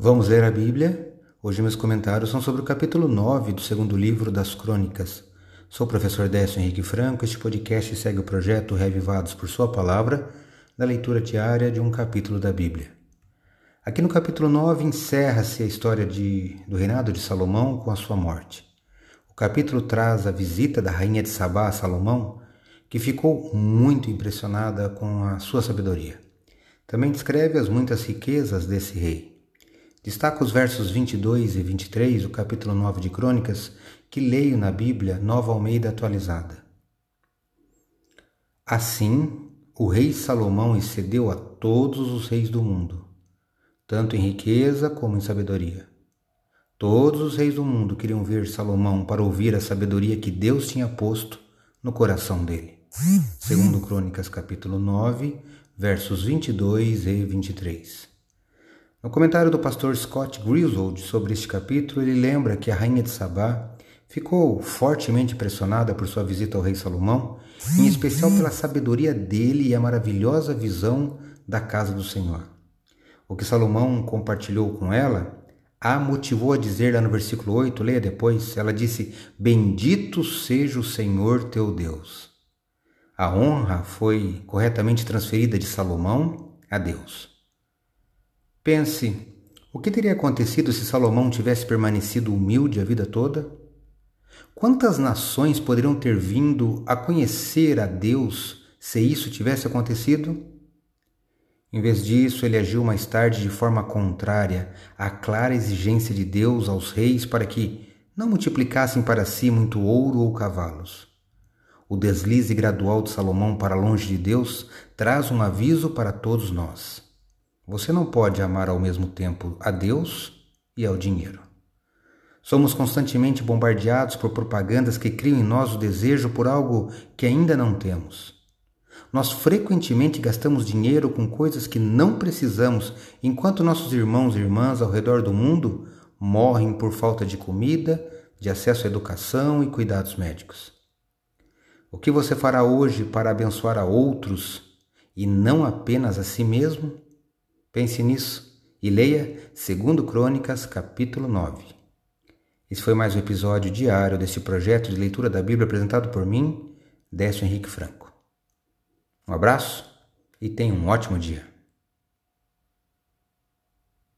Vamos ler a Bíblia? Hoje meus comentários são sobre o capítulo 9 do segundo livro das Crônicas. Sou o professor Décio Henrique Franco. Este podcast segue o projeto Reavivados por Sua Palavra, da leitura diária de um capítulo da Bíblia. Aqui no capítulo 9 encerra-se a história do reinado de Salomão com a sua morte. O capítulo traz a visita da rainha de Sabá a Salomão, que ficou muito impressionada com a sua sabedoria. Também descreve as muitas riquezas desse rei. Destaca os versos 22 e 23 do capítulo 9 de Crônicas, que leio na Bíblia Nova Almeida Atualizada. Assim, o rei Salomão excedeu a todos os reis do mundo, tanto em riqueza como em sabedoria. Todos os reis do mundo queriam ver Salomão para ouvir a sabedoria que Deus tinha posto no coração dele. Segundo Crônicas capítulo 9, versos 22 e 23. No comentário do pastor Scott Griswold sobre este capítulo, ele lembra que a rainha de Sabá ficou fortemente impressionada por sua visita ao rei Salomão, em especial pela sabedoria dele e a maravilhosa visão da casa do Senhor. O que Salomão compartilhou com ela a motivou a dizer lá no versículo 8, leia depois, ela disse: "Bendito seja o Senhor teu Deus." A honra foi corretamente transferida de Salomão a Deus. Pense, o que teria acontecido se Salomão tivesse permanecido humilde a vida toda? Quantas nações poderiam ter vindo a conhecer a Deus se isso tivesse acontecido? Em vez disso, ele agiu mais tarde de forma contrária à clara exigência de Deus aos reis para que não multiplicassem para si muito ouro ou cavalos. O deslize gradual de Salomão para longe de Deus traz um aviso para todos nós. Você não pode amar ao mesmo tempo a Deus e ao dinheiro. Somos constantemente bombardeados por propagandas que criam em nós o desejo por algo que ainda não temos. Nós frequentemente gastamos dinheiro com coisas que não precisamos, enquanto nossos irmãos e irmãs ao redor do mundo morrem por falta de comida, de acesso à educação e cuidados médicos. O que você fará hoje para abençoar a outros e não apenas a si mesmo? Pense nisso e leia 2 Crônicas, capítulo 9. Esse foi mais um episódio diário desse projeto de leitura da Bíblia apresentado por mim, Décio Henrique Franco. Um abraço e tenha um ótimo dia.